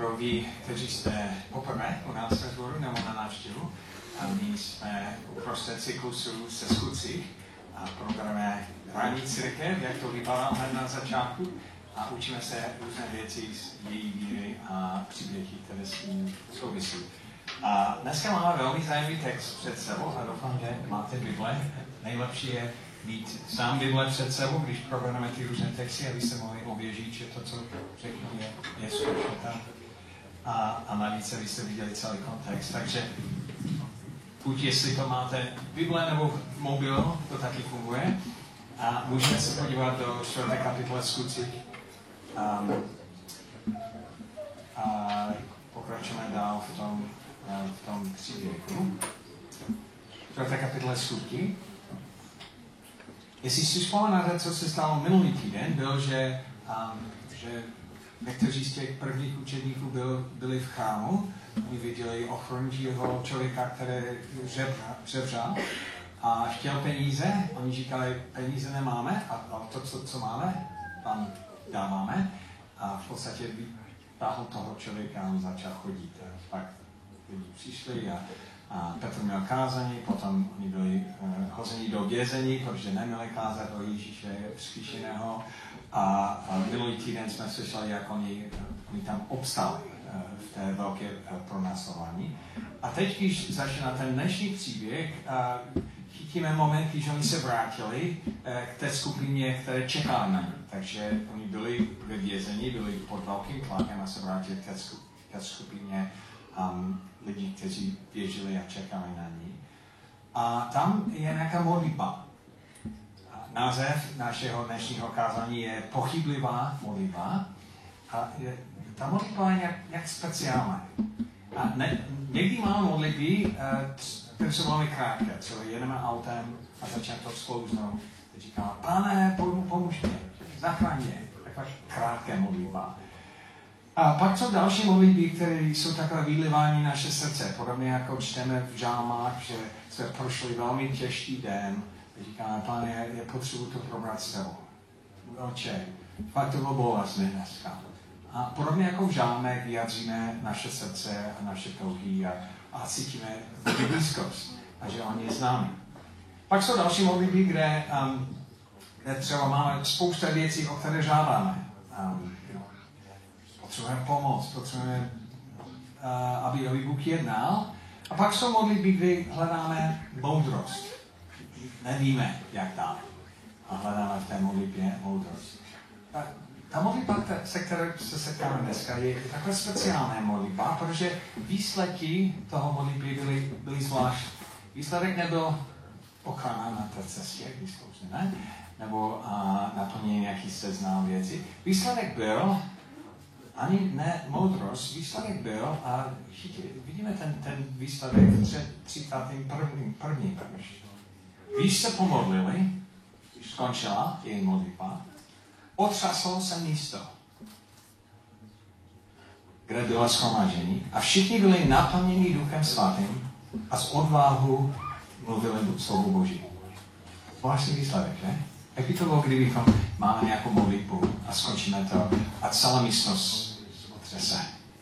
Pro vy, kteří jste poprvé u nás ve sboru nebo na návštěvu, a my jsme uprostřed cyklusu se skutci a programujeme ranní církev, jak to vypadá hned na začátku, a učíme se různé věci z její víry a příběhy, které s tím souvisí. A dneska máme velmi zajímavý text před sebou a doufám, že máte Bible. Nejlepší je mít sám Bible před sebou, když probereme ty různé texty, abyste mohli ověřit, že to, co řeknu, je skutečně tam. A navíc, abyste viděli celý kontext. Takže buď jestli to máte Bible nebo mobil, to taky funguje. A můžeme se podívat do 4. kapitoly Skutcích. A pokračujeme dál v tom příběhu. 4. kapitola Skutky. Jestli si vzpomínáte, co se stalo minulý týden, byl, že někteří z těch prvních učedníků byli v chrámu, oni viděli ochrnčího člověka, který žebřel a chtěl peníze. Oni říkali, peníze nemáme, a to, co máme, tam dáváme. A v podstatě vytáhl toho člověka a on začal chodit. A pak lidi přišli a Petr měl kázání, potom oni byli hozeni do vězení, protože neměli kázat o Ježíše vzkříšeného. A minulý týden jsme slyšeli, jak oni tam obstali v té velké pronásledování. A teď, když začíná ten dnešní příběh, chytíme moment, když oni se vrátili k té skupině, které čekali na ně. Takže oni byli ve vězení, byli pod velkým tlakem a se vrátili k té skupině lidí, kteří věřili a čekali na ní. A tam je nějaká modlitba. Název našeho dnešního kázání je Pochybливá modlitba. A ta modlitba je nějak speciální. A někdy máme modlitby, které jsou velmi krátké. Třeba jedeme autem a začne to sklouznout. Teď říkáme, Pane, pomůž mě, zachraň mě. Taková krátká modlitba. A pak jsou další modlitby, které jsou takové vylivání naše srdce. Podobně jako čteme v žálmách, že jsme prošli velmi těžký den. Říkáme, Pane, je potřebuji to probrat s tebou. Oče, fakt to bylo bolestné dneska. A podobně jako v žálmech vyjadříme naše srdce a naše touhy a cítíme blízkost a že on je s námi. Pak jsou další modlitby, kde třeba máme spousta věcí, o které žádáme. Potřebujeme pomoc, potřebujeme, aby Bůh jednal. A pak jsou modlitby, kdy hledáme moudrost. Nevíme, jak dále. A hledáme v té modlitbě moudrost. Ta modlitba, se kterou se setkáme dneska, je taková speciální modlitba, protože výsledky toho modlitby byly zvláštní. Výsledek nebyl ochrana na té cestě, ne? Nebo naplnění nějaký seznam věcí. Výsledek byl, ani ne moudrost, výsledek byl, a vidíme ten výsledek v 31. verši. Když se pomodlili, když skončila její modlitba, otřáslo se místo, kde bylo shromáždění, a všichni byli naplněni Duchem Svatým a z odvahu mluvili slovo Boží. Zvláštní výsledek, že? Jak by to bylo, kdybychom máme nějakou modlitbu a skončíme to a celá místnost otřese.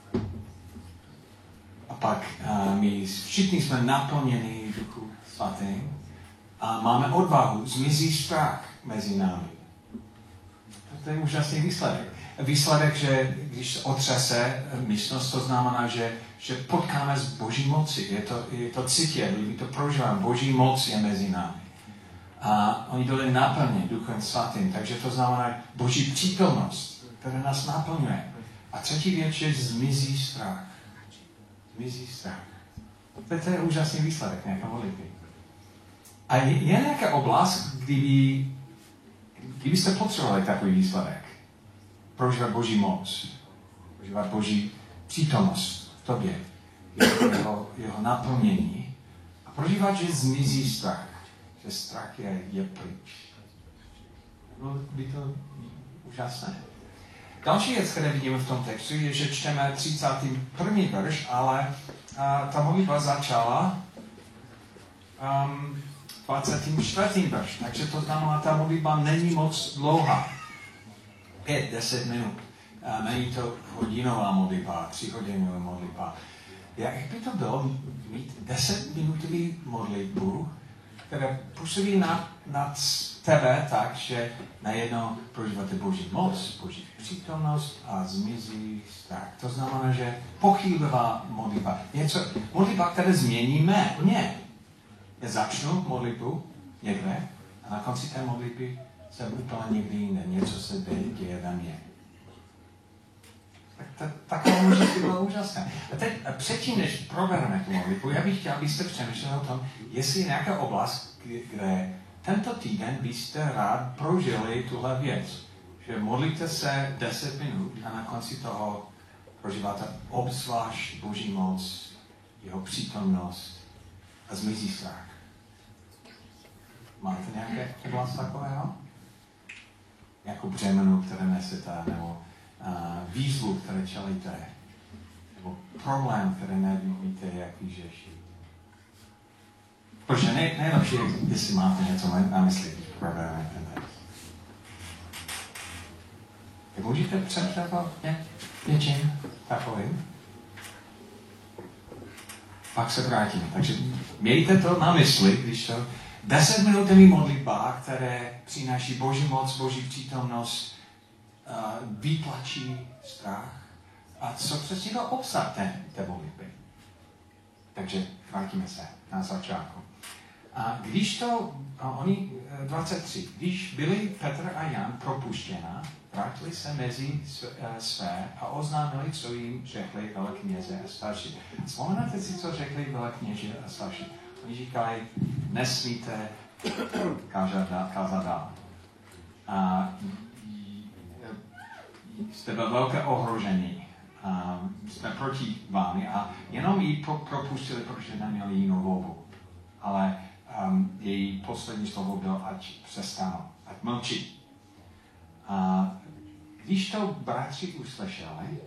A pak my všichni jsme naplněni Duchu Svatým a máme odvahu, zmizí strach mezi námi. To je úžasný výsledek. Výsledek, že když otřese místnost, to znamená, že potkáme z Boží moci. Je to cítit, my to prožíváme. Boží moc je mezi námi. A oni byli naplněni Duchem Svatým, takže to znamená Boží přítomnost, která nás naplňuje. A třetí věc je zmizí strach. Zmizí strach. To je úžasný výsledek nějaká modlitby. A je nějaká oblast, kdybyste potřebovali takový výsledek, prožívat Boží moc, prožívat Boží přítomnost v tobě, jeho naplnění a prožívat, že zmizí strach, že strach je pryč. Bylo by to úžasné. Další věc, které vidíme v tom textu, je, že čteme 31. verš, ale ta modlitba začala 24. verš. Takže to znamená, ta modlitba není moc dlouhá. 5-10 minut. není to hodinová modlitba, 3hodinová modlitba. Jak by to bylo mít 10minutový modlitbu, které působí na tebe tak, že najednou prožíváte Boží moc, Boží přítomnost a zmizí strach. To znamená, že pochybová modlitba. Modlitba, které změníme. Ne. Já začnu modlitbu někde a na konci té modlitby jsem úplně někdy jinde. Něco se děje ve mně. Takové možnosti bylo úžasné. A teď předtím, než probereme tu modlitbu, já bych chtěl, abyste přemýšleli o tom, jestli je nějaká oblast, kde tento týden byste rád prožili tuhle věc. Že modlíte se 10 minut a na konci toho prožíváte obzvlášť Boží moc, jeho přítomnost a zmizí strach. Máte nějaké oblast takového? Nějakou břemenu, které nesete, nebo výzvu, které čelíte, nebo problém, který nevíte, jak vyřešit. Protože nejlepší je, jestli máte něco na mysli, když probereme ten text. Jak můžete přemýšlet o něčím takovým? Pak se vrátíme. Takže mějte to na mysli, když to 10-minutový modlitba, které přináší Boží moc, Boží přítomnost, vytlačí strach. A co přesně to obsah té modlitby? Takže vrátíme se na začátku. A když to, oni 23, když byli Petr a Jan propuštěna, vrátili se mezi své a oznámili, co jim řekli velekněze a starší. Vzpomínáte si, co řekli velekněži a starší? Oni říkali, nesmíte kázat dál. A jste ve velké ohrožení. Jsme proti vámi a jenom ji propustili, protože neměli jinou volbu. Ale její poslední slovo bylo, ať přestanou, ať mlčí. A když to bratři uslyšeli,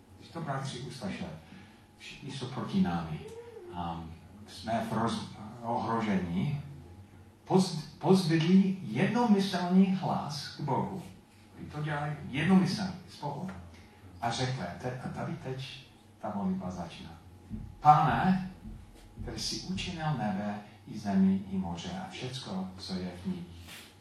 všichni jsou proti námi. Jsme v ohrožení. Pozvedli jednomyslný hlas k Bohu. To dělají jednomyslně spolu. A řekli, a tady teď ta modlitba začíná. Pane, který jsi učinil nebe i zemi i moře a všecko, co je v nich.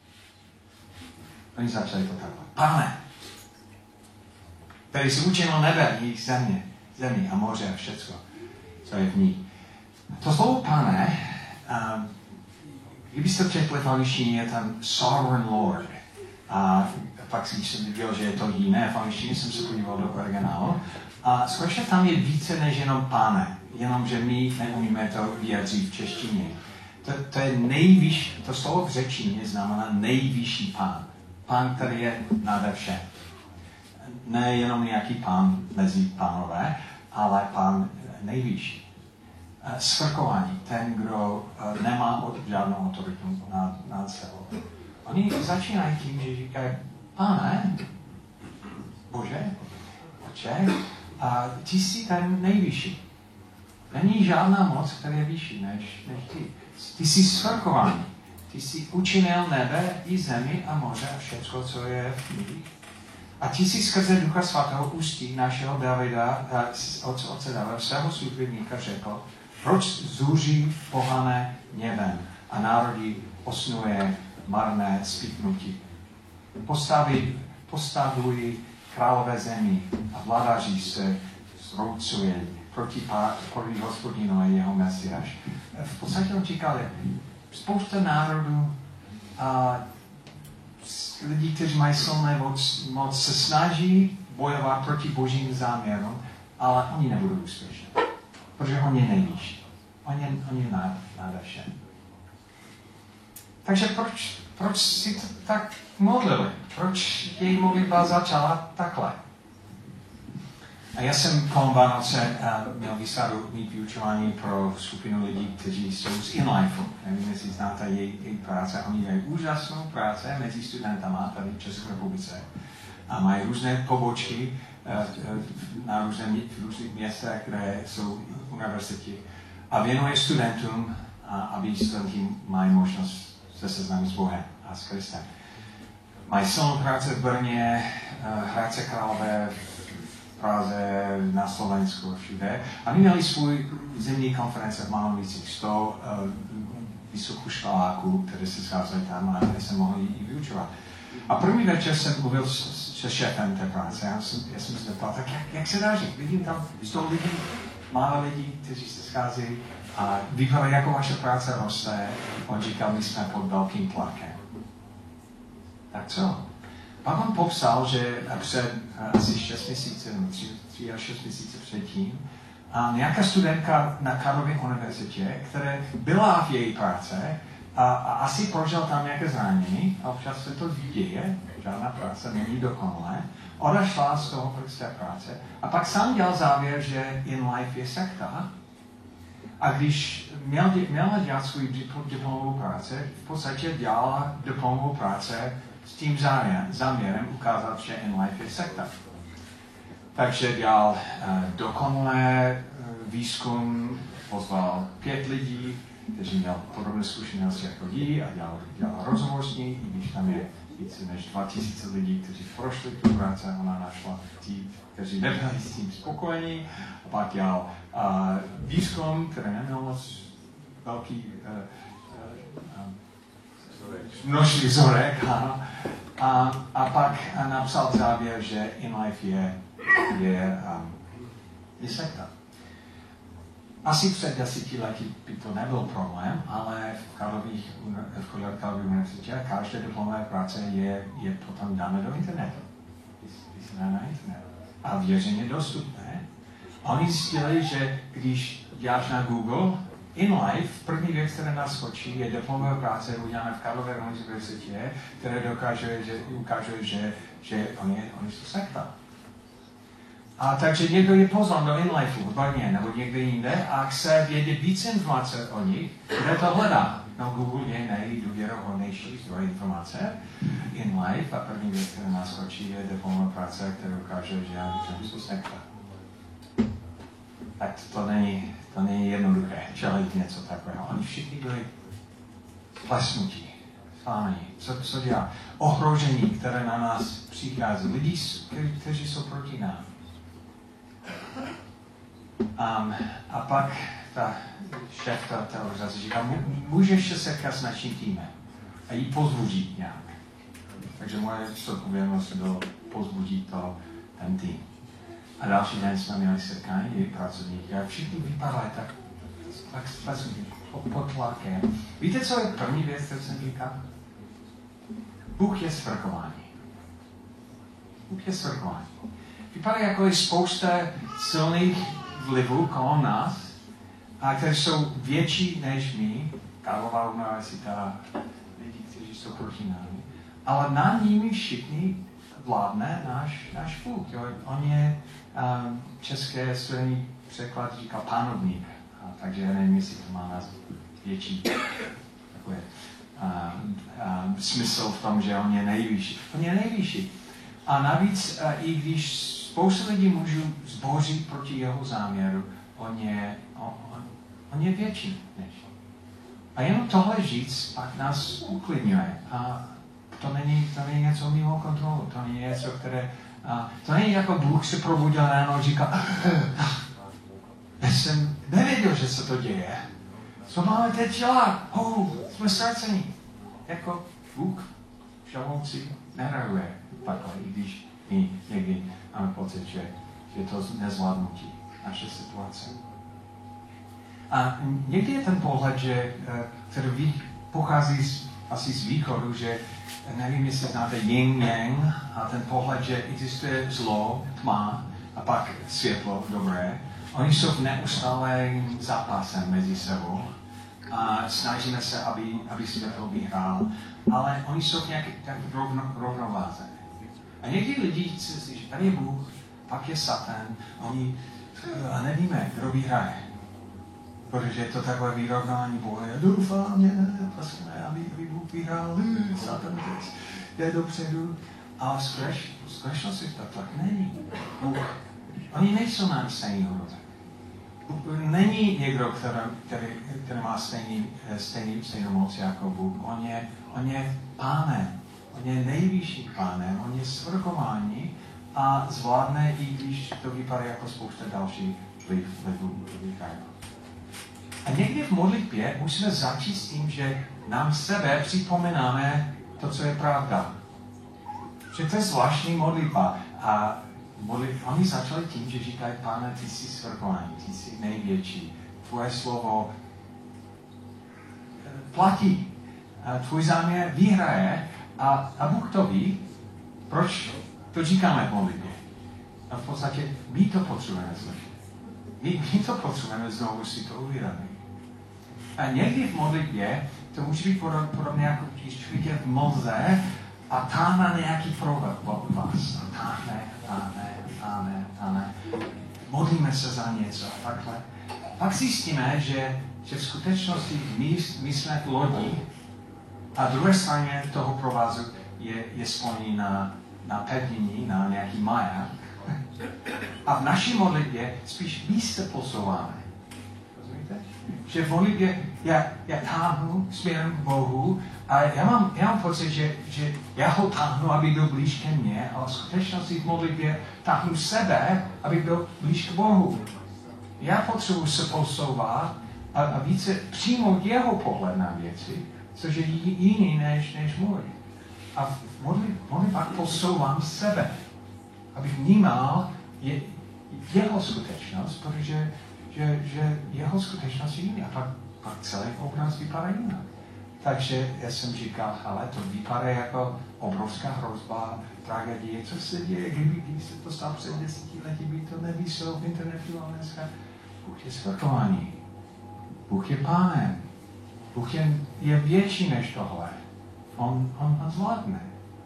Oni začali to takhle. Pane, který jsi učinil nebe i zemi a moře a všecko, co je v nich. To slovo Pane, kdybyste četli v angličtině, je tam Sovereign Lord. A pak když jsem viděl, že je to jiné v angličtině, jsem se podíval do originálu. A skutečně tam je více než jenom Pane. Jenom, že my neumíme to vyjádřit v češtině. To je nejvyšší, to slovo v řečtině znamená nejvyšší Pán. Pán, který je nade vše. Ne jenom nějaký pán mezi pánové, ale Pán nejvyšší. Svrchovaný, ten, kdo nemá žádnou autoritu nad sebou. Oni začínají tím, že říkají, Pane, Bože, Otče, a ty jsi ten nejvyšší. Není žádná moc, která je vyšší než ty. Ty jsi svrchovaný. Ty jsi učinil nebe i zemi a moře a všechno, co je v nich. A ty jsi skrze Ducha Svatého ústí našeho Davida, otce Davida, svého služebníka řekl, proč zuří pohané něbem a národy osnuje marné spiknutí. Postavují králové zemi a vládaři se zroucují proti Hospodinu a jeho Mesiáš. V podstatě on říkal, spousta národů a lidí, kteří mají silné moc, se snaží bojovat proti božím záměrům, ale oni nebudou úspěšní, protože on je nejvyšší. On je nade vše. Takže proč si to tak modlili? Proč její modlitba začala takhle? A já jsem kolem Vánoce měl výsadu mít vyučování pro skupinu lidí, kteří jsou z InLifeu. Nevím, jestli znáte její práce. Oni dělají úžasnou práce mezi studentama tady v České republice. A mají různé pobočky na různých městech, kde jsou univerzity. A věnuje studentům, aby studenti mají možnost se seznámit s Bohem a s Kristem. Mají silnou práci v Brně, Hradce Králové, v Praze, na Slovensku, všude. A my měli svůj zimní konference v Málovicích, 100 vysokoškoláků, kteří se scházeli tam a my se mohli i vyučovat. A první večer jsem mluvil se šéfem té práce. Já jsem se zeptal, tak jak se daří? Vidím tam 100 lidí, málo lidí, kteří se schází a vypadá, jako vaše práce roste. On říkal, my jsme pod velkým tlakem. Tak co? Pak on popsal, že před asi 6 měsíců, 3 až 6 měsíců předtím, a nějaká studentka na Karlově univerzitě, která byla v její práce a asi prožil tam nějaké zranění, a občas se to děje, žádná práce není dokonalé, odešla z toho z té práce a pak sám dělal závěr, že in life je sekta. A když měla dělat svou diplomovou práci, v podstatě dělala diplomovou práce s tím záměrem ukázat, že in life je sekta. Takže dělal dokonalé výzkum, pozval 5 lidí, kteří měli podobné zkušenosti jako jí a dělal rozhovor s ní, i když tam je více než 2000 lidí, kteří prošli tu práci, ona našla tí, kteří nebyli s tím spokojení. A pak dělal výzkum, který neměl moc velký množství vzorek. A pak napsal závěr, že in life je sekta. Asi před 10 lety by to nebyl problém, ale v Karlově univerzitě každé diplomové práce je potom dáme do internetu. Vysíláme na internet. A věřeně dostupné. Oni zjistili, že když děláš na Google, in life, první věc, která nás skočí, je diplomová práce udělaná v Karlově univerzitě, které ukáže, že oni jsou sekta. A takže někdo je pozván do InLifeu v Brně nebo někde jinde a chce vědět více informace o nich, kde to hledá. No Google je nejdůvěrohodnější zdroj informace. InLife a první věc, která nás skočí, je diplomová práce, která ukáže, že jsou sekta. Tak to není jednoduché, čelit něco takového. Oni všichni byli plesnutí, slámení. Co dělá? Ohrožení, které na nás přichází. Lidi, kteří jsou proti nám. A pak ta šéf té organizace říká, můžeš se setkat s naším týmem a jí pozbudit nějak. Takže moje zodpovědnost bylo pozbudit ten tým. A další den jsme měli setkání, její pracovníky a všichni vypadali tak pod tlakem. Víte, co je první věc, kterou jsem říkal? Bůh je svrchování. Bůh je svrchování. Vypadá, jako je spousta silných vlivů kolem nás, a které jsou větší než my, Karlova univerzita, lidi, kteří jsou proti námi, ale na nimi všichni vládne náš Bůh. On je české studijní překlad říká panovník, takže já nevím, jestli to má nás větší takové, smysl v tom, že on je nejvyšší. On je nejvyšší. A navíc, i když spousta lidí můžou zbořit proti jeho záměru, on je větší než. A jenom tohle říct pak nás uklidňuje. A to není něco mimo kontrolu. To není něco, které... to není jako Bůh se probudil ráno a říká, já jsem nevěděl, že se to děje. Co máme teď dělat? Jsme ztraceni. Jako Bůh všemohoucí nereaguje takhle, i když my někdy máme pocit, že je to nezvládnutí naše situace. A někdy je ten pohled, který pochází asi z východu, že nevím, jestli znáte yin yang, a ten pohled, že existuje zlo, tma a pak světlo, dobré. Oni jsou v neustálém zápasem mezi sebou a snažíme se, aby světlo vyhrál, ale oni jsou v nějaké rovnováze. A někdy lidi si myslí, že tady je Bůh, pak je Satan, a nevíme, kdo vyhraje. Protože je to takové vyrovnání boje. Doufám, aby Bůh vyhrál, Satan teď jde dopředu. A v skutečnosti to tak není. Bůh, oni nejsou nám stejný úroveň. Není někdo, který má stejnou moc jako Bůh. On je pánem. On je nejvyšší pánem, on je svrchovaný a zvládne, i když to vypadá jako spousta dalších vlivů. A někdy v modlitbě musíme začít s tím, že nám sebe připomínáme to, co je pravda. Že to je zvláštní modlitba. A oni začali tím, že říkají, Pane, ty jsi svrchovaný, ty jsi největší. Tvoje slovo platí. Tvůj záměr vyhraje a Bůh to ví, proč to říkáme v modlitbě. A v podstatě my to potřebujeme slyšet. My to potřebujeme znovu si to uvědomit. A někdy v modlitbě to může být podobně jako když člověk je v mlze a táhne nějaký provod od vás. Táhne. Modlíme se za něco a takhle. Pak zjistíme, že v skutečnosti my jsme lodí a druhé straně toho provazu je spojený na pevnění, na nějaký maják. A v naší modlitbě spíš my se posouváme. Rozumíte? Že v modlitbě já táhnu směrem k Bohu a já mám pocit, že já ho táhnu, aby byl blíž ke mně, ale v skutečnosti v modlitbě táhnu sebe, aby byl blíž k Bohu. Já potřebuji se posouvat a více přijmout jeho pohled na věci, což je jiný než můj. A v modlitbách posouvám sebe, abych vnímal jeho skutečnost, protože že jeho skutečnost je jiný. A pak celý obraz vypadá jinak. Takže já jsem říkal, ale to vypadá jako obrovská hrozba, tragédie, co se děje, kdyby se to stalo před 10 lety, by to nevyselo v internetu, ale dneska Bůh je svrchovaný. Bůh je pánem. Bůh je větší než tohle. On zvládne.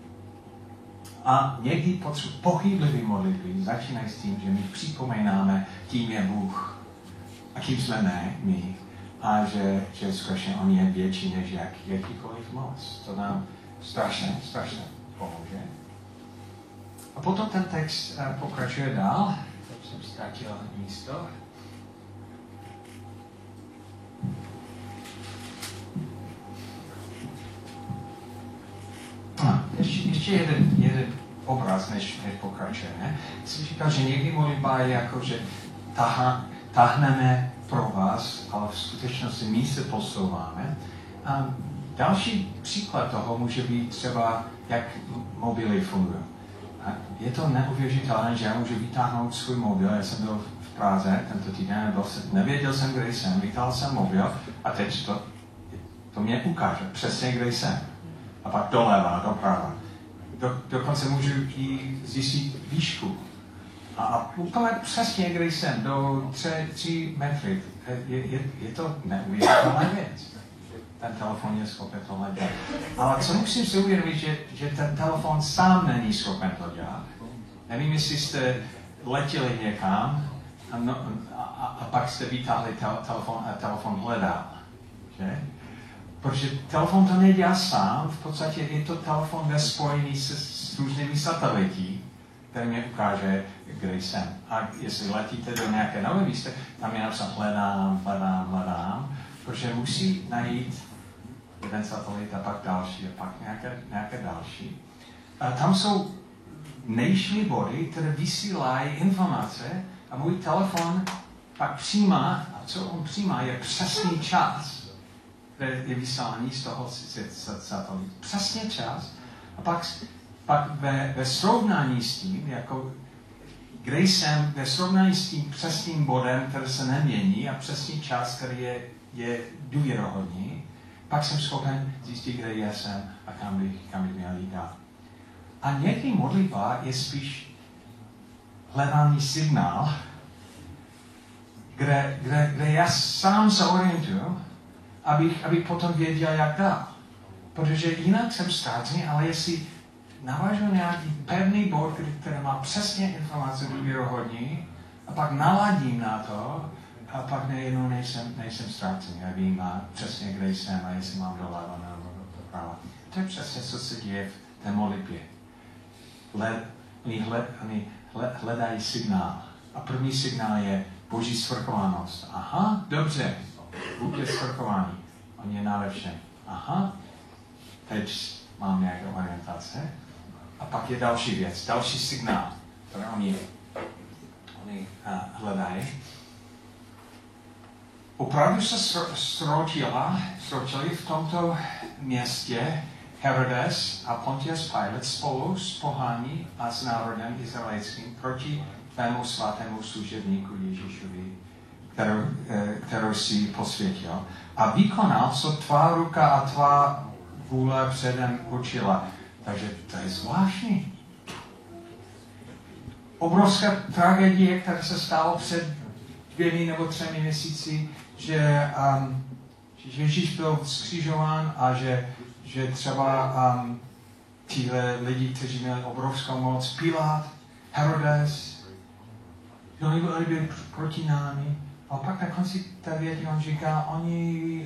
A někdy pochybливý modlitby začínají s tím, že my připomínáme, kým je Bůh a kým jsme my. A že skutečně on je větší než jakýkoliv moc. To nám strašně pomůže. A potom ten text pokračuje dál. Teď jsem ztratil místo. Ještě jeden obraz, než pokračujeme. Jsem říkal, že někdy modlitba je jako, že táhneme pro vás, ale v skutečnosti my se posouváme. A další příklad toho může být třeba, jak mobily fungují. A je to neuvěřitelné, že já můžu vytáhnout svůj mobil. Já jsem byl v Praze tento týden, nevěděl jsem, kde jsem, vytáhl jsem mobil a teď to mě ukáže přesně, kde jsem. A pak doleva, doprava. Dokonce můžu i zjistit výšku. A úplně přesně, kde jsem, do 3 metry. Je to neuvěřitelná věc. Ten telefon je schopen tohle dělat. Ale co musím si uvědomit, že ten telefon sám není schopen to dělat. Nevím, jestli jste letěli někam a pak jste vytáhli telefon a telefon hledal. Že? Protože telefon to nedělá sám, v podstatě je to telefon ve spojení s různými satelity, který mě ukáže, kde jsem. A jestli letíte do nějaké nové místě, tam je napsat hledám, protože musí najít jeden satelit a pak další a pak nějaké další. A tam jsou nejšly body, které vysílají informace a můj telefon pak přijímá, a co on přijímá, je přesný čas, je vysílání z toho satelitu. Přesně čas. A pak ve srovnání s tím, jako kde jsem ve srovnání s tím přesným bodem, který se nemění a přesný čas, který je důvěryhodný, pak jsem schopen zjistit, kde já jsem a kam bych měl jít dál. A někdy modlitba je spíš hledání signál, kde já sám se orientuju, abych potom věděl, jak dál. Protože jinak jsem ztracený, ale jestli navážu nějaký pevný bod, který má přesně informace důvěryhodný, a pak naladím na to, a pak nejednou nejsem ztracený. Já vím přesně, kde jsem a jestli mám doleva nebo doprava. To je přesně, co se děje v té modlitbě. Oni hledají signál. A první signál je Boží svrchovanost. Aha, dobře. Bůh je svrchovaný. On je nade všem. Aha. Teď mám nějaké orientace. A pak je další věc, další signál, který oni hledají. Opravdu se sročili v tomto městě Herodes a Pontius Pilate spolu s pohání a s národem izraelským proti tvému svatému služebníku Ježíšovi, kterou si posvětil. A vykonal, co tvá ruka a tvá vůle předem učila. Takže to je zvláštní. Obrovská tragédie, která se stala před 2 nebo 3 měsíci, že Ježíš byl zkřižován a že třeba tyhle lidi, kteří měli obrovskou moc, Pilát, Herodes, oni byli proti námi. A pak na konci té věty on říká, oni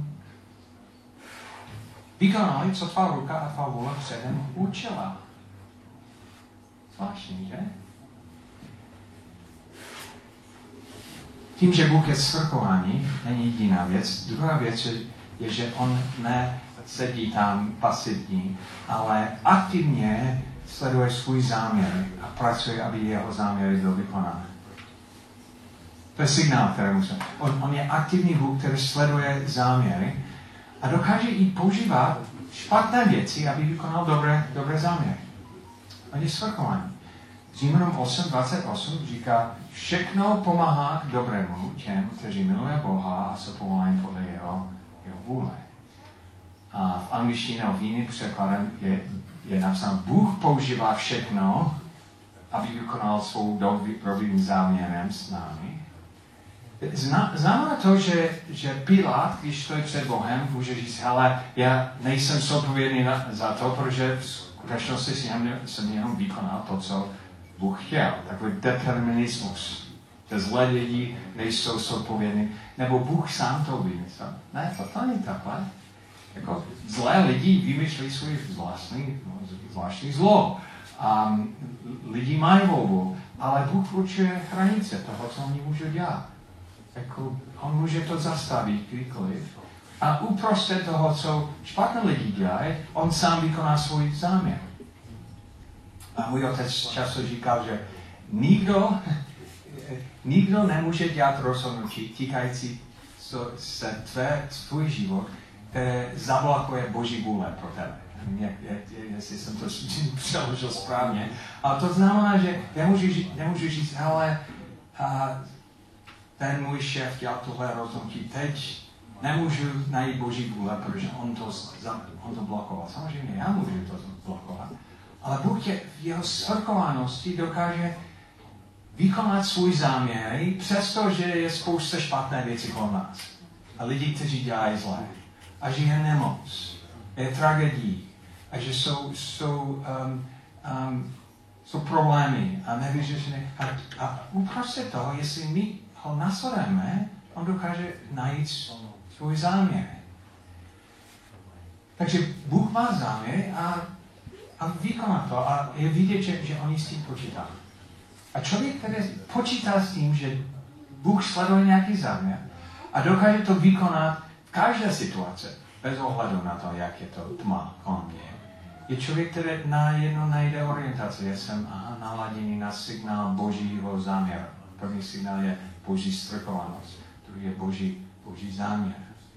vykonali, co tvá ruka a tvá vůle předem učila. Zvláštní, že? Tím, že Bůh je svrchovaný, není jediná věc. Druhá věc je, že on nesedí tam pasivní, ale aktivně sleduje svůj záměr a pracuje, aby jeho záměry byly vykonány. To je signál, který musím. On je aktivní Bůh, který sleduje záměry a dokáže i používat špatné věci, aby vykonal dobré záměry. On je svrchovaný. Římanům 8:28 říká, všechno pomáhá k dobrému těm, kteří miluje Boha a jsou povoláni podle jeho vůle. A v angličtině v jiným překladem je napsáno, Bůh používá všechno, aby vykonal svou dobrým záměrem s námi. Znamená to, že Pilát, když stojí před Bohem, může říct, hele, já nejsem zodpovědný za to, protože v skutečnosti jsem jenom vykonal to, co Bůh chtěl. Takový determinismus. Že zlé lidi nejsou zodpovědní. Nebo Bůh sám to vymyslel. Ne, to není takhle. Jako zlé lidi vymýšlí svůj zvláštní zlo. Lidi mají volbu, ale Bůh určuje hranice toho, co oni můžou dělat. Jako, on může to zastavit kdykoliv. A uprostřed toho, co špatné lidi dělají, on sám vykoná svůj záměr. A můj otec často říkal, že nikdo nemůže dělat rozhodnutí týkající se tvůj život, které zablokuje Boží vůle pro tebe. Jestli jsem to přeložil správně. A to znamená, že nemůžu říct, ale ten můj šéf dělal tohle rozhodnutí teď, nemůžu najít Boží vůle, protože on to blokoval. Samozřejmě já můžu to blokovat. Ale Bůh je v jeho svrchovanosti dokáže vykonat svůj záměr, přestože je spousta špatné věcí kolem nás. A lidi, kteří dělají zlé. A že je nemoc, je tragédie. A že jsou problémy a nevyřešené. A uprostřed toho, jestli my ho nasledujeme, on dokáže najít svůj záměr. Takže Bůh má záměr a vykoná to a je vidět, že on s tím počítá. A člověk, který počítá s tím, že Bůh sleduje nějaký záměr a dokáže to vykonat v každé situaci, bez ohledu na to, jak je to tma kolem něj, je člověk, který najednou najde orientaci. Já jsem naladěný na signál Božího záměru. První signál je Boží svrchovanost, druhý je Boží záměr.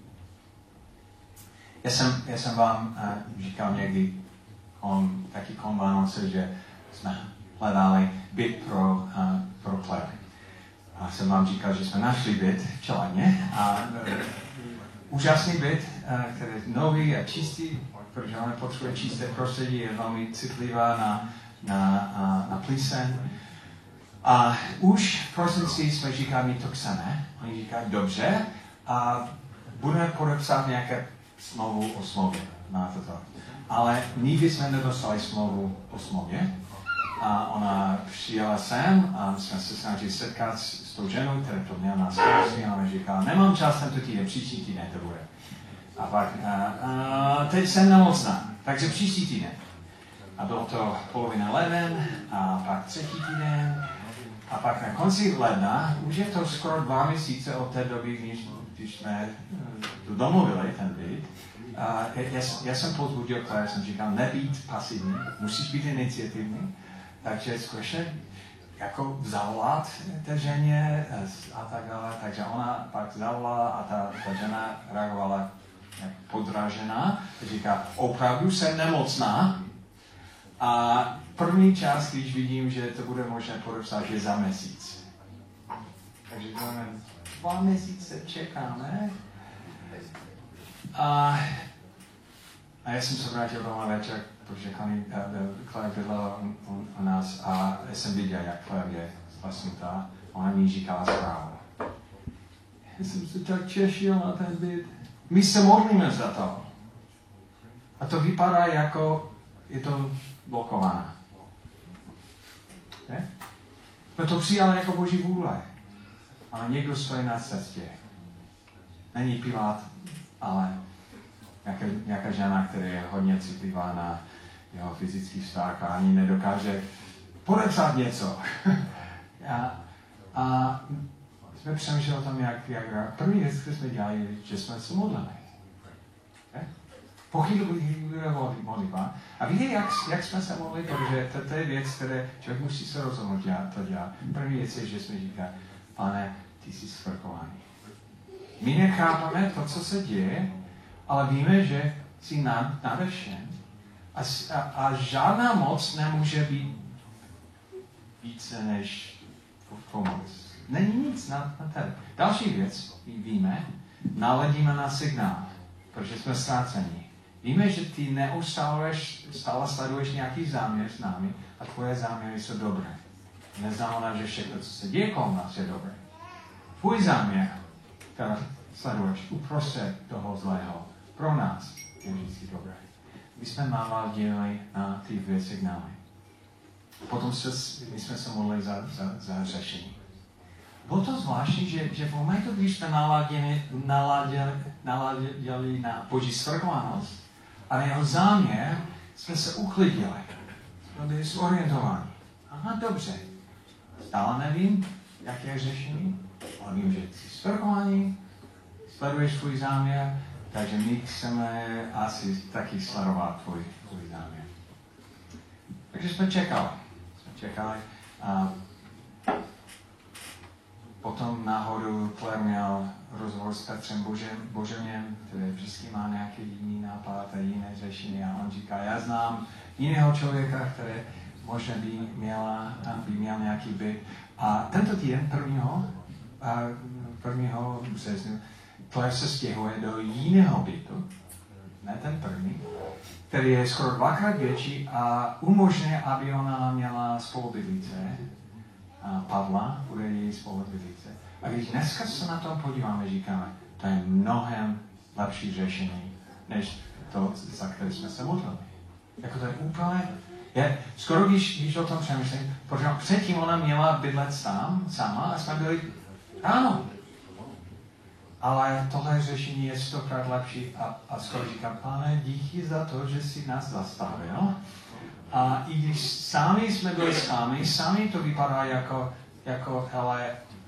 Já jsem vám říkal někdy taky kolem Vánoce, že jsme hledali byt pro Claire. A jsem vám říkal, že jsme našli byt v Čeladně a úžasný byt, který je nový a čistý, protože ona potřebuje čisté prostředí, je velmi citlivá na plíseň. A už v prosinci jsme říkali, my to chceme. Oni říkají, dobře, a budeme podepsat nějaké smlouvu o smlouvě. Máte to. Ale nikdy jsme nedostali smlouvu o smlouvě. A ona přijela sem a jsme se snažili setkat s tou ženou, která to měla na starosti, a ona říkala, nemám čas tento týden, příští týden to bude. A pak, teď jsem nemocná, takže příští týden. A bylo to polovina leden, a pak 3. týden, a pak na konci ledna, už je to skoro 2 měsíce od té doby, když jsme to domluvili, ten byt, já jsem pozbudil, Claire, jsem říkal, nebýt pasivní, musíš být iniciativní, takže skutečně jako zavolat té ženě a tak dále, takže ona pak zavolala a ta žena reagovala jak podražená, říká, opravdu jsem nemocná a první čas, když vidím, že to bude možné podepsat, je za měsíc. Takže 2 měsíce čekáme a já jsem se vrátil doma večer, protože Claire bydlela u nás a jsem viděl, jak Claire je zhlasnutá. Ona mi říkala zprávu. Já jsem se tak těšil na ten byt. My se modlíme za to. A to vypadá jako je to blokované. Ne? No to přijal jako Boží vůle. Ale někdo stojí na cestě. Není Pilát, ale nějaká žena, která je hodně citlivá na jeho fyzický vztah a ani nedokáže podepsat něco. a jsme přemýšleli o tom, jak první věc, kterou jsme dělali, že jsme se modlili. Pochybuje modlitba. A víte, jak jsme se modlili? Protože to je věc, které člověk musí se rozhodnout to dělat. První věc je, že jsme říkali, Pane, ty jsi svrchovaný. My nechápeme to, co se děje, ale víme, že jsi nadešen a žádná moc nemůže být více než tvou moc. Není nic na tebe. Další věc, víme, naladíme na signál, protože jsme ztráceni. Víme, že ty neustále sleduješ nějaký záměr s námi a tvoje záměry jsou dobré. Neznamená, že všechno, co se děje kolem nás, je dobré. Tvůj záměr, který sleduješ uprostřed toho zlého, pro nás je vždycky dobré. My jsme málo dělali na ty 2 signály. Potom my jsme se modlili za řešení. Bylo to zvláštní, že v momentu, když jsme naladili na Boží svrchovanost a na jeho záměr, jsme se uklidili. Jsme byli zorientováni. Aha, dobře. Stále nevím, jaké je řešení, ale vím, že jsi svrchovaný, sleduješ tvůj záměr, takže my chceme asi taky sledovat tvůj záměr. Takže jsme čekali. A potom náhodou Claire měl rozhovor s Petrem Boženem, který vždycky má nějaký jiný nápad a jiné řešení. A on říká, já znám jiného člověka, který možná by měl nějaký byt. A tento týden, 1. března, Claire se stěhuje do jiného bytu, ne ten první, který je skoro 2krát větší a umožňuje, aby ona měla spolubydlíce. Pavla bude její spolubydlíce. A když dneska se na tom podíváme, říkáme, to je mnohem lepší řešení, než to, za které jsme se modlili. Jako to je úplně, skoro když o tom přemýšlím, protože předtím ona měla bydlet sama a jsme byli, ano. Ale tohle řešení je 100krát lepší a skoro říkám, Pane, díky za to, že jsi nás zastavil. A i když sami jsme byli sami to vypadá jako hele,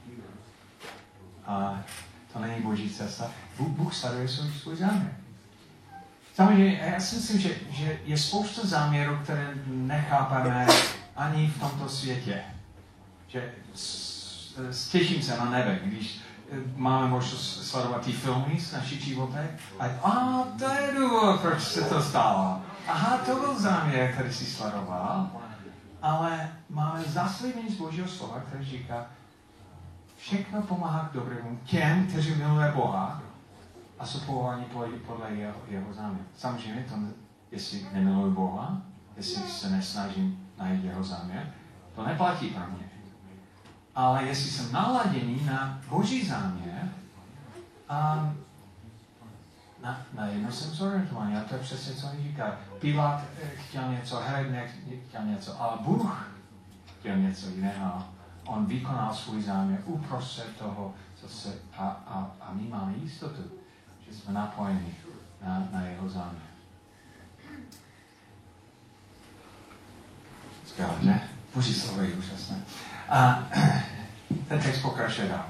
to není Boží cesta. Bůh sleduje svůj záměr. Samozřejmě, já si myslím, že je spousta záměrů, které nechápeme ani v tomto světě. Že těším se na nebe, když máme možnost sledovat ty filmy z našich životech. A to je důvod, proč se to stalo. Aha, to byl záměr, který si sledoval. Ale máme zaslíbení z Božího slova, který říká, všechno pomáhá k dobrému těm, kteří miluje Boha a jsou povoláni podle jeho záměru. Samozřejmě, jestli nemiluji Boha, jestli se nesnažím najít jeho záměr, to neplatí pro mě. Ale jestli jsem naladěný na Boží záměr, najednou jsem zorientovaný. A to je přesně, co mi říká. Pilát chtěl něco, Herod chtěl něco, ale Bůh chtěl něco jiného. On vykonal svůj záměr uprostřed toho, co se... A my máme jistotu, že jsme napojeni na jeho záměr. Skvělé, ne? Boží slovo je úžasné. A ten text pokračuje dál.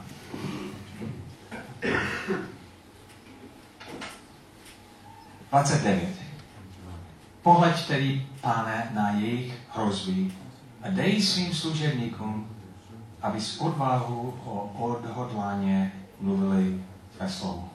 29. Pohleď tedy, Pane, na jejich hrozby a dej svým služebníkům, aby s odvahu o odhodlaně mluvili tvé slovo.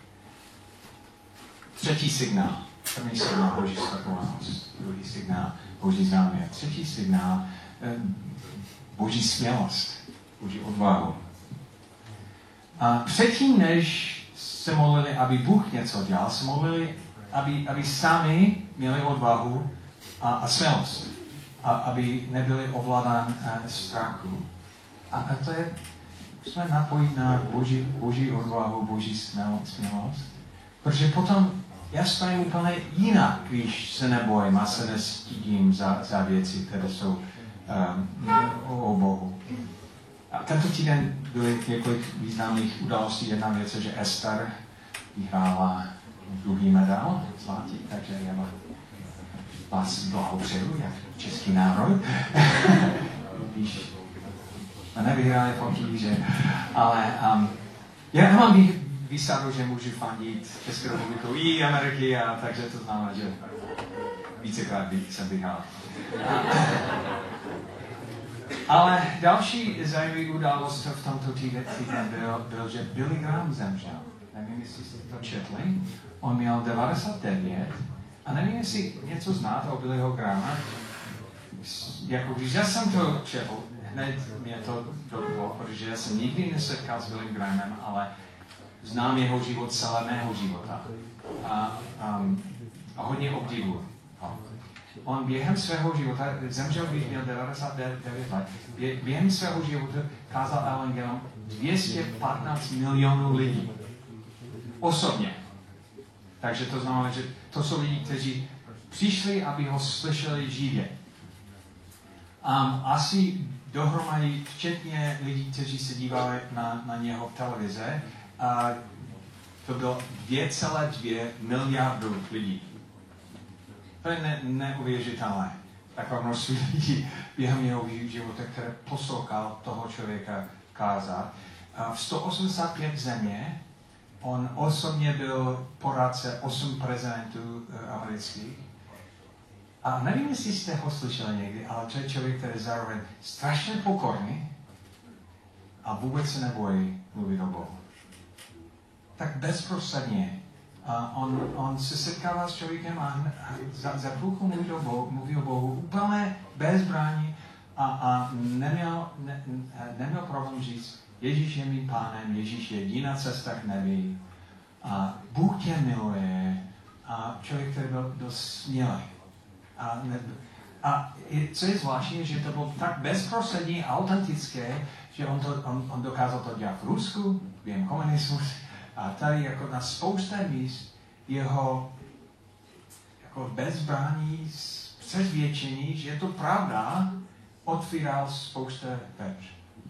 Třetí signál. První signál Boží svrchovanost. Druhý signál Boží záměr. Třetí signál Boží smělost. Boží odvahu. A předtím, než se modlili, aby Bůh něco dělal, se modlili, aby sami měli odvahu a smělost. Aby nebyli ovládán strachu. A to je, musíme napojit na Boží odvahu, Boží smělost. Protože potom já stojím úplně jinak, když se nebojím a se nestydím za věci, které jsou o Bohu. A tento týden byly několik významných událostí. Jedna věc je, že Ester vyhrála druhý medal zlatý, takže já vás blahopřeju, jak český národ. Když nevyhráli potíže, ale já mám výsadu, že můžu fandit Českou republiku i Ameriky, a takže to znamená, že vícekrát jsem vyhrál. Ale další zajímavý událost v tomto týdnu byl, že Billy Graham zemřel. Nevím, jestli jste to četli. On měl 99 a nevím, jestli něco znáte o Billyho Grahama. Jako když já jsem to četl, hned mě to dotklo, protože já jsem nikdy nesetkal s Billym Grahamem, ale znám jeho život, celé mého života. A hodně obdivuji. On během svého života, zemřel, když měl 99 let, během svého života kázal evangelium 215 milionů lidí. Osobně. Takže to znamená, že to jsou lidi, kteří přišli, aby ho slyšeli živě. Asi dohromady, včetně lidí, kteří se dívali na něho v televize, to bylo 2,2 miliardy lidí. To je neuvěřitelné. Takové množství lidí během jeho života, které poslouchal toho člověka kázat. V 185 země on osobně byl poradce 8 prezidentů amerických. A nevím, jestli jste ho slyšeli někdy, ale to je člověk, který je zároveň strašně pokorný a vůbec se nebojí mluvit o Bohu. Tak bezprostředně on se setkával s člověkem a za chvilku mluví o Bohu úplně bez zbraní a neměl problém říct, Ježíš je mým pánem, Ježíš je jediná cesta k nebi a Bůh tě miluje a člověk, který byl smělý. A co je zvláštní, že to bylo tak bezprostřední a autentické, že on dokázal to dělat v Rusku, během komunismus, a tady jako na spoustě míst jeho jako bezbrání přesvědčení, že je to pravda, otvíral spousta dveří.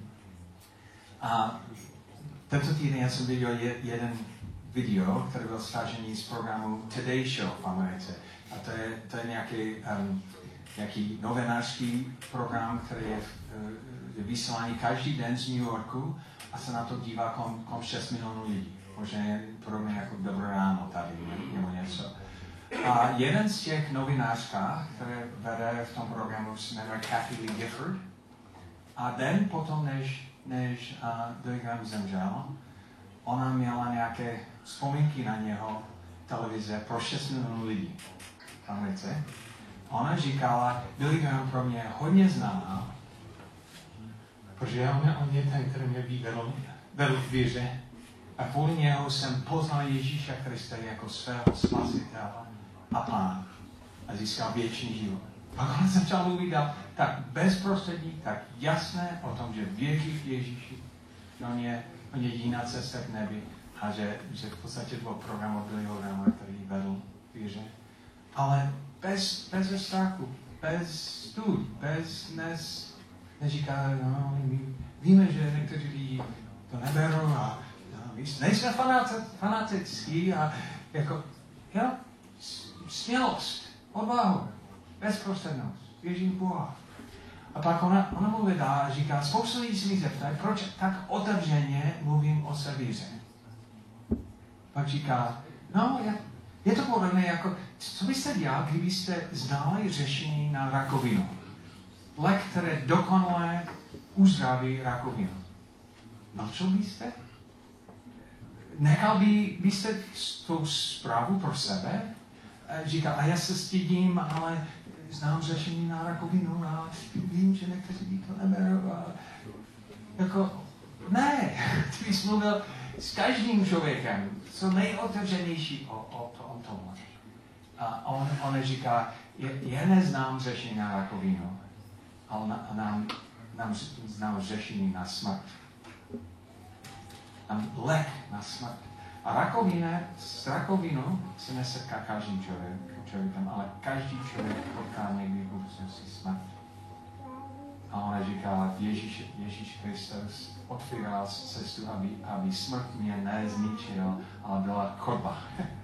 A tento týden já jsem viděl jeden video, který byl stažený z programu Today Show v Americe. A to je nějaký novinářský program, který je vysílání každý den z New Yorku a se na to dívá kolem 6 milionů lidí. Možná je podobně jako Dobré ráno tady nebo něco. A jeden z těch novinářkách, které vede v tom programu, se jmenuje Kathy Lee Gifford. A den potom, než Billy Graham zemřel, ona měla nějaké vzpomínky na něho televize pro 6 milionů lidí v Americe. Ona říkala, Billy Graham pro mě hodně známá, protože on je ten, který mě vedl k víře. A kvůli něho jsem poznal Ježíša Krista jako svého spasitele a pána a získal věčný život. Pak on jsem začal mluvit tak bezprostřední, tak jasné o tom, že věří v Ježíši, že on je jediná cesta k nebi a že v podstatě byl program od Billyho Grahama, který vedl k víře. Ale bez strachu, bez stud, neříká, no, víme, že někteří lidi to neberou a nejsme fanatický a jako, smělost, odvahu, bezprostřednost, věřím Boha. A pak ona mluví dál a říká, spoustu lidí si mi zeptají, proč tak otevřeně mluvím o své víře. Pak říká, no, Je to podobné jako, co byste dělal, kdybyste znali řešení na rakovinu? Lék, který dokonale uzdraví rakovinu. Mlčel byste? Nechal byste tu zprávu pro sebe? Říkal, a já se stydím, ale znám řešení na rakovinu a vím, že někteří to neberou. Jako, ne, ty bys mluvil s každým člověkem, co nejotevřenější o tomhle. A on říká, já neznám řešení na rakovinu, ale nám znám řešení na smrt. Nám lék na smrt. A s rakovinou se nesetká každým člověkem, ale každý člověk potká někdy v budoucnosti smrt. A ona říká, Ježíš Kristus otvíral cestu, aby smrt mě nezničil, ale byla chodba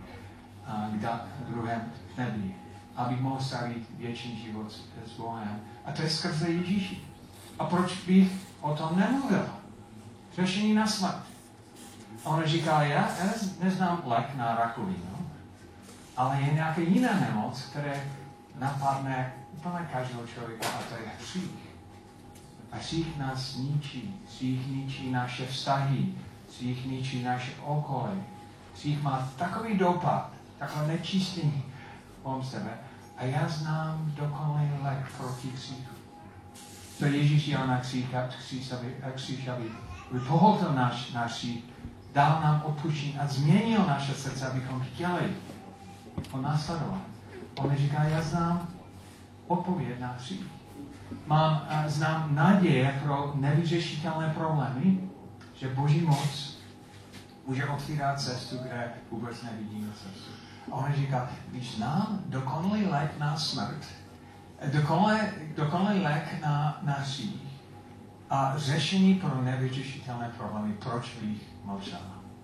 k druhém nebi, aby mohl stavit věčný život s Bohem. A to je skrze Ježíši. A proč bych o tom nemluvil? Řešení na smrt. A ona říká, já neznám lék na rakovinu, ale je nějaká jiná nemoc, která napadne úplně každého člověka, a to je hřích. A hřích nás ničí. Hřích ničí naše vztahy. Hřích ničí naše okolí. Hřích má takový dopad, takové nečistění kolem sebe. A já znám dokonalý lék proti hříchu. To Ježíš jel na kříž, aby vypohotil náš hřích, dal nám odpuštění a změnil naše srdce, abychom chtěli ho následovat. On říká, já znám odpověď na hřích. Znám naděje pro nevyřešitelné problémy, že Boží moc může otvírat cestu, kde vůbec nevidíme cestu. A on říká, když znám dokonalý lék na smrt, dokonalý lék na hřích a řešení pro nevyřešitelné problémy, proč bych mlčel?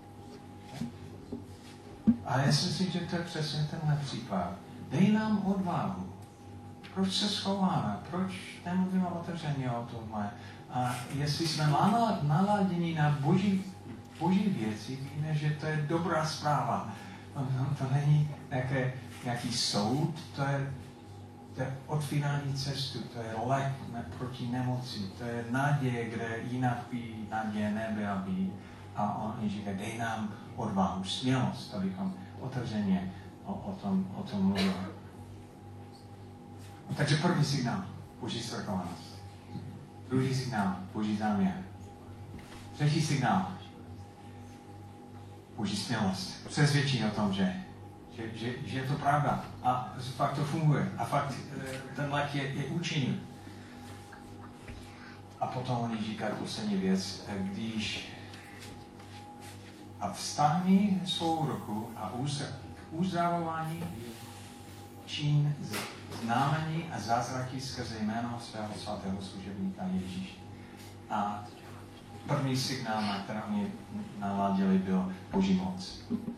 A já si myslím, že to je přesně tenhle případ. Dej nám odvahu. Proč se schováme? Proč nemluvíme otevřeně o tomhle? A jestli jsme naladěni na boží věci, víme, že to je dobrá zpráva. To není nějaký soud, to je otvírání cestu, to je lék proti nemoci, to je naděje, kde jinak by naděje nebyla být. A on říká, dej nám odvahu, smělost, abychom otevřeně o tom mluvili. Takže první signál, Boží svrchovanost. Druhý signál, Boží záměr. Třetí signál, Boží smělost. Přesvědčení o tom, že je to pravda a fakt to funguje a fakt ten lék je účinný. A potom oni říkají poslední věc, když a vztáhni svou ruku a uzdravování čin znamení a zázraky skrze jméno svého svatého služebníka Ježíše. A první signál, na který mě naladili, byl Boží moc.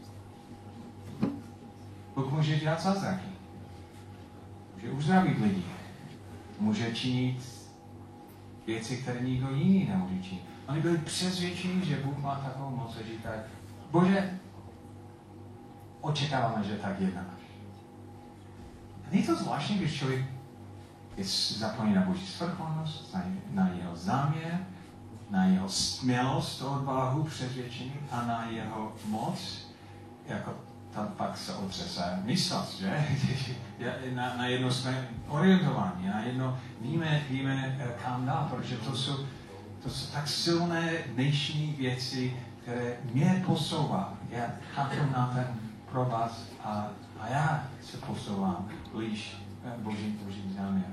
Bůh může dělat zázraky. Může uzdravit lidi. Může činit věci, které nikdo jiný nemůže činit. Oni byli přesvědčeni, že Bůh má takovou moc a říkají, Bože, očekáváme, že tak jedná. Není to zvláštní, když člověk je zapojený na Boží svrchovanost, na jeho záměr, na jeho smělost, odvahu, přesvědčení a na jeho moc, jako tam pak se otřese myslost, že? Na jedno jsme orientováni, na jedno víme kam dál, protože to jsou tak silné dnešní věci, které mě posouvá. Já chápu na ten provaz a já se posouvám blíž Božím záměr.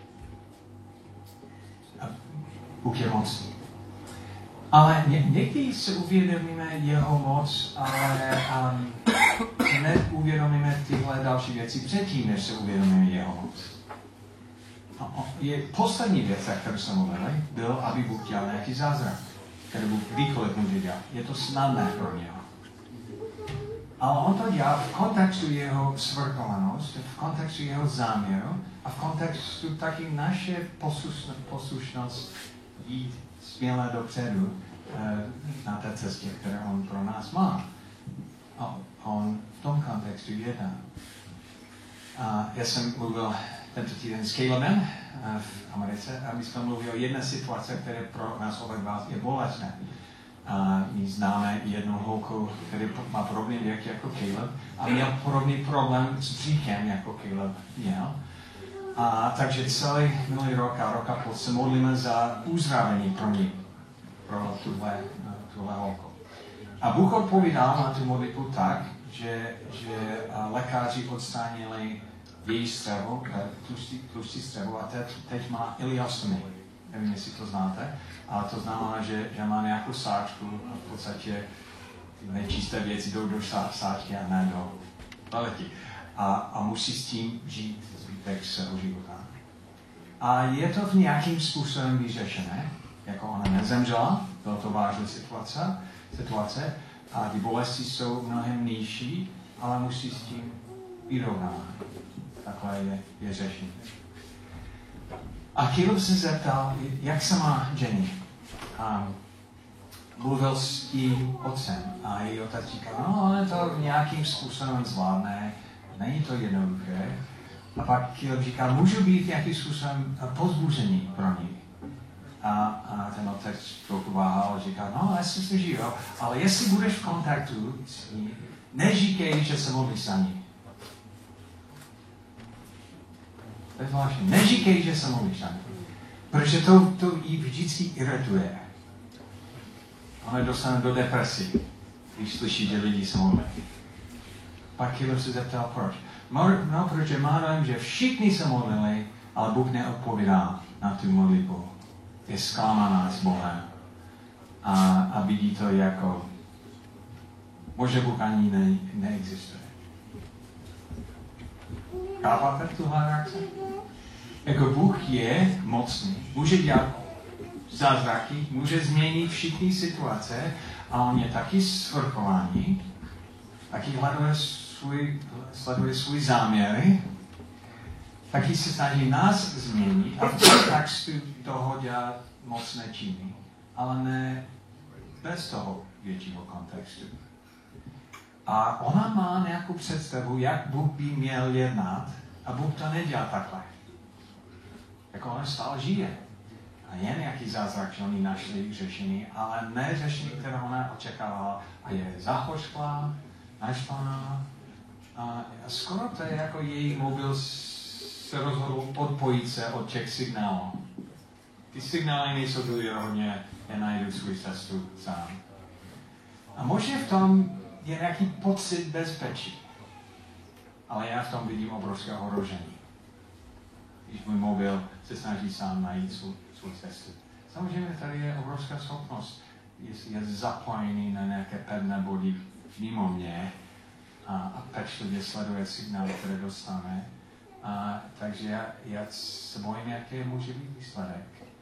Bůh je mocný. Ale někdy si uvědomíme jeho moc, ale neuvědomíme tyhle další věci předtím, než se uvědomíme jeho moc. Poslední věc, kterou jsme mluvili, byl, aby Bůh dělal nějaký zázrak, který Bůh kdykoliv může dělat. Je to snadné pro něho. Ale on to dělá v kontextu jeho svrchovanosti, v kontextu jeho záměru a v kontextu taky naše poslušnost jít směle dopředu na té cestě, kterou on pro nás má. a on v tom kontextu jedná. A já jsem mluvil tento týden s Calebem v Americe a my jsme mluvili o jedné situace, která pro nás oba dva je bolestné. A my známe jednu holku, která má podobný věk jako Caleb a měl podobný problém s bříchem, jako Caleb měl. A takže celý minulý rok a rok a půl se modlíme za uzdravení pro ní, pro tuhle holku. A Bůh odpovídal na tu modlitbu tak, že lékaři odstranili její střevo, tlustý střevo a teď má iliostomy. Nevím, jestli to znáte, ale to znamená, že má nějakou sáčku a v podstatě nečisté věci jdou do sáčky a ne do toalety. A musí s tím žít zbytek svého života. A je to v nějakým způsobem vyřešené, jako ona nezemřela, byla to vážná situace a ty bolesti jsou mnohem nižší, ale musí s tím vyrovnávat. Takhle je řešení. A Caleb se zeptal, jak se má Jenny. A mluvil s tím otcem a její otec říkal, no ale to nějakým způsobem zvládne, není to jednoduché. A pak Caleb říkal, můžu být nějakým způsobem povzbuzený pro ní. A ten otec trochu váhal a říkal, no já si slyší, jo, ale jestli budeš v kontaktu s ní, neříkej, že se modlíš za ní. To je zvláštní. Neříkej, že se modlíš za ní. Protože to jí vždycky irituje. Ona dostane do depresí, když slyší, že lidi se modlí. Pak Caleb se zeptal, proč. No, protože má dojem, že všichni se modlili, ale Bůh neodpovídá na tu modlitbu. Je zklamaná s Bohem. A vidí to jako, možná Bůh ani neexistuje. Chápáte tuhle reakci? Jako Bůh je mocný, může dělat zázraky, může změnit všechny situace a on je taky svrchovaný, taky sleduje svůj záměry, taky se snaží nás změnit a v kontextu toho dělat mocné činy, ale ne bez toho většího kontextu. A ona má nějakou představu, jak Bůh by měl jednat a Bůh to nedělá takhle. Jako ona stále žije. A je nějaký zázrak, že oni našli řešení, ale ne řešení, které ona očekávala. A je zahořklá, naštvaná. A skoro to je jako její mobil se rozhodl odpojit se od těch signálů. Ty signály nejsou důvěryhodné, já najdu svou cestu sám. A možná v tom je nějaký pocit bezpečí. Ale já v tom vidím obrovské ohrožení. Když můj mobil se snaží sám najít svou cestu. Samozřejmě tady je obrovská schopnost, jestli je zapojený na nějaké pevné body mimo mě a pečlivě sleduje signály, které dostane. Takže já se bojím, jaký může být výsledek.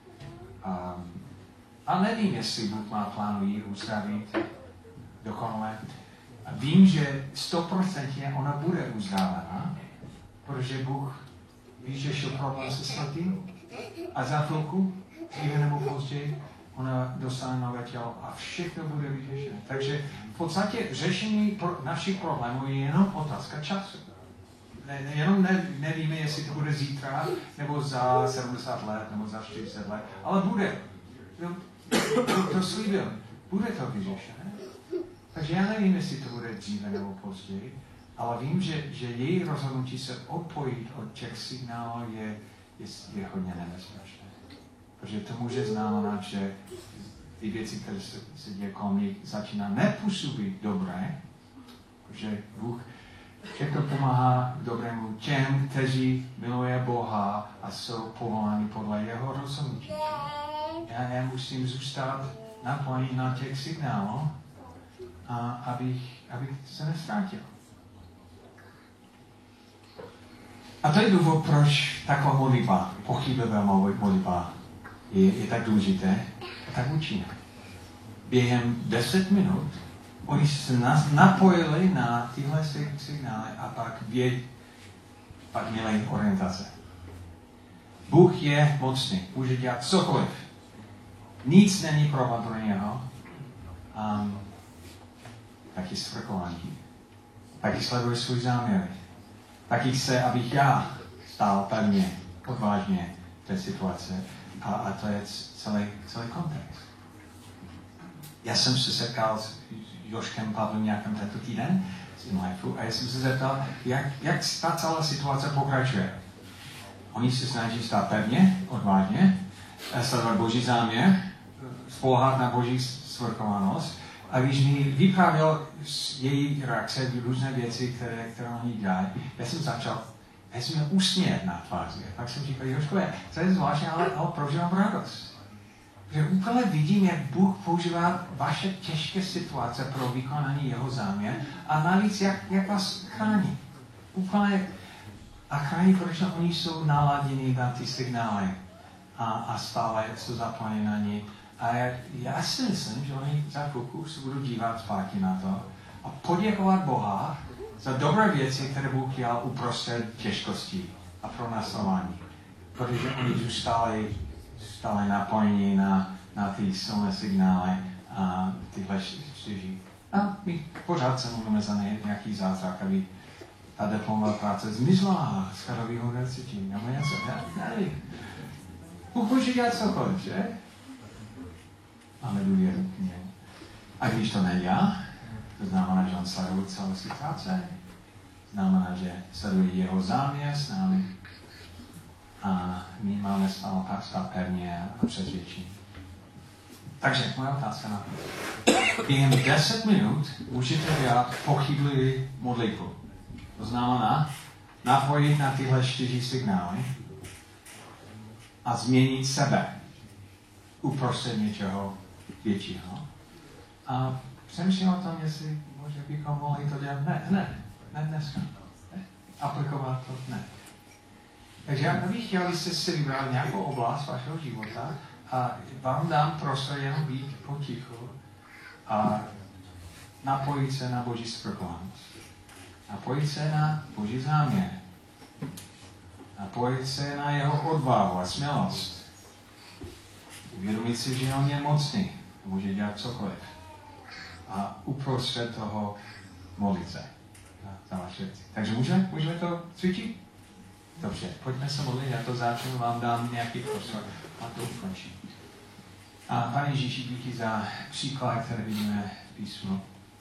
A nevím, jestli Bůh má plánu jí uzdravit dokonale. Vím, že 100% ona bude uzdravená, protože Bůh vyřešil problém se svatým a za chvilku, dříve nebo později, ona dostane nové tělo a všechno bude vyřešené. Takže v podstatě řešení našich problémů je jenom otázka času. Jenom nevíme, jestli to bude zítra, nebo za 70 let, nebo za 40 let, ale bude. To slíbil. Bude to vyřešené. Takže já nevím, jestli to bude dříve nebo později, ale vím, že její rozhodnutí se odpojit od těch signálů je hodně nebezpečné. Protože to může znamenat, že ty věci, které se děje kolem nich, začíná nepůsobit dobré, protože Bůh všechno pomáhá k dobrému těm, kteří miluje Boha a jsou povoláni podle jeho rozhodnutí. Já musím zůstat napojený na těch signálů, abych se neztratil. A to je důvod, proč taková modlitba, pochybivá modlitba je tak důležité a tak účinné. Během 10 minut oni se napojili na tyhle signály a pak měli orientace. Bůh je mocný, může dělat cokoliv. Nic není problém pro něho. Taky svrchovaný. taky sleduji svůj záměr. Taky chce, abych já stál pevně, odvážně v té situaci. A to je celý kontext. Já jsem se setkal s Joškem Pavlem nějakým tento týden z InLifeu a já jsem se zeptal, jak ta celá situace pokračuje. Oni se snaží stát pevně, odvážně, sledovat Boží záměr, spoléhat na Boží svrchovanost. A když mi vyprávěl její reakce, různé věci, které oni dělají, já jsem měl úsměv na tváři. Pak jsem říkal, Jožko, to je zvláštní, ale prožívám radost. Že úplně vidím, jak Bůh používá vaše těžké situace pro vykonání jeho záměr a navíc, jak vás chrání. Úplně a chrání, protože oni jsou naladěni na ty signály a stále jsou zapojeni na ně. A já si myslím, že oni za chvilku se budou dívat zpátky na to a poděkovat Boha za dobré věci, které Bůh dělal uprostřed těžkostí a pronásledování. Protože oni zůstali napojení na ty silné signály a tyhle čtyři. A my pořád se mluvíme za nějaký zázrak, aby ta diplomová práce zmizla z Karlových univerzity. Nebo něco, nevím. Bůh může dělat cokoliv, že? Máme důvěru k němu. A když to nedělá, to znamená, že on sleduje celou situace, znamená, že sleduje jeho záměr s námi a my máme stát pevně a přesvědčení. Takže moje otázka na to. Během 10 minut můžete dělat pochybný modlitbu. To znamená napojit na tyhle 4 signály a změnit sebe uprostřed něčeho většího. A přemýšlím o tom, jestli možná bychom mohli to dělat ne dneska. Aplikovat to ne. Takže já bych chtěl, abyste si vybrali nějakou oblast vašeho života a vám dám prostor jenom být potichu a napojit se na Boží svrchovanost. Napojit se na Boží záměr. Napojit se na jeho odvahu a smělost. Uvědomit si, že on je mocný. Může dělat cokoliv. A uprostřed toho modlit se. Za vaše věci. Takže můžeme to cvičit? Dobře, pojďme se modlit, já to začnu, vám dám nějaký prostor a to ukončím. A Pane Ježíši, díky za příklad, které vidíme v písmu.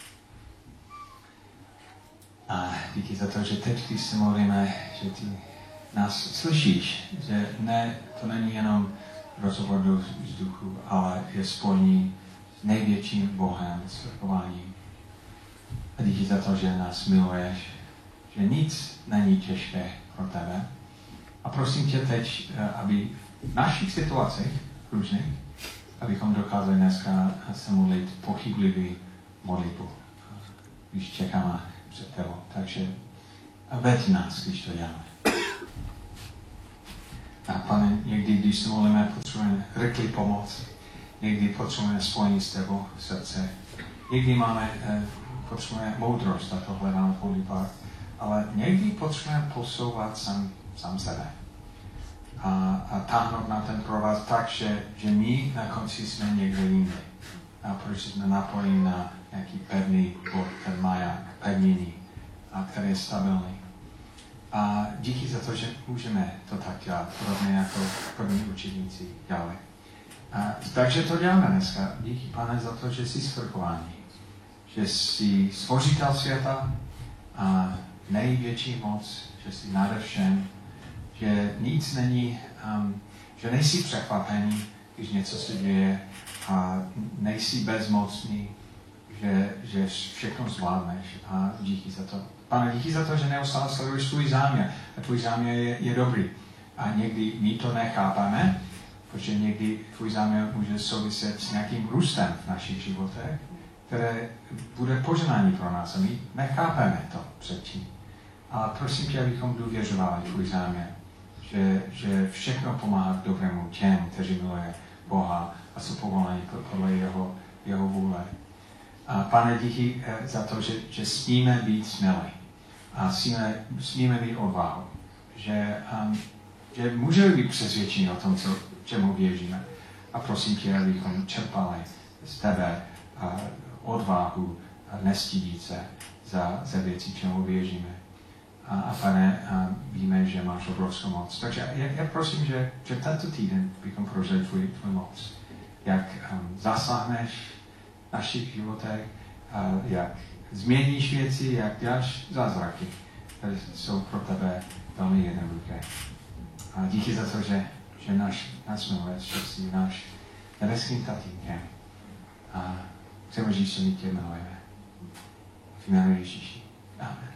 A díky za to, že teď, když se modlíme, že ty nás slyšíš, že ne, to není jenom rozhovor do vzduchu, ale je spojení s největším Bohem, svrchováním. A díky za to, že nás miluješ, že nic není těžké pro tebe. A prosím tě teď, aby v našich situacích různých, abychom dokázali dneska se modlit pochybivý modlitbu, když čekáme před tebou. Takže veď nás, když to děláme. A Pane, někdy, když se modlíme, potřebujeme rychlý pomoc. Někdy potřebujeme spojení s tebou v srdce. Někdy potřebujeme moudrost a to hledáme v modlitbách. Ale někdy potřebujeme posouvat sám sebe. A táhnout na ten provaz tak, že my na konci jsme někde jinde. A protože jsme napojeni na nějaký pevný bod, ten maják, pevnění, který je stabilní. A díky za to, že můžeme to tak dělat, podobně jako první učeníci dělali. Takže to děláme dneska. Díky, Pane, za to, že jsi svrchovaný. Že jsi stvořitel světa a největší moc, že jsi nade všem, že nic není, že nejsi překvapený, když něco se děje a nejsi bezmocný, že všechno zvládneš a díky za to. Pane, díky za to, že neustále sleduješ tvůj záměr a tvůj záměr je dobrý. A někdy my to nechápeme, protože někdy tvůj záměr může souviset s nějakým růstem v našich životech, které bude požehnání pro nás a my nechápeme to předtím. Ale prosím tě, abychom důvěřovali tvůj záměr, že všechno pomáhá k dobrému těm, kteří miluje Boha a jsou povoláni podle jeho vůle. A Pane, díky za to, že smíme být smělí a smíme být odvahu, že můžeme být přesvědčeni o tom, čemu věříme. A prosím tě, abychom čerpali z tebe odvahu, nestydit se za věci, čemu věříme. A Pane, víme, že máš obrovskou moc. Takže já prosím, že tento týden bychom prožili tvůj moc. Jak zasáhneš v našich životech, jak změníš věci, jak děláš zázraky, které jsou pro tebe velmi jednoduché. A díky za to, že náš miluješ, že jsi náš nebeským tatínkem. A chceme říct, že my tě milujeme. V jménu Ježíši. Amen.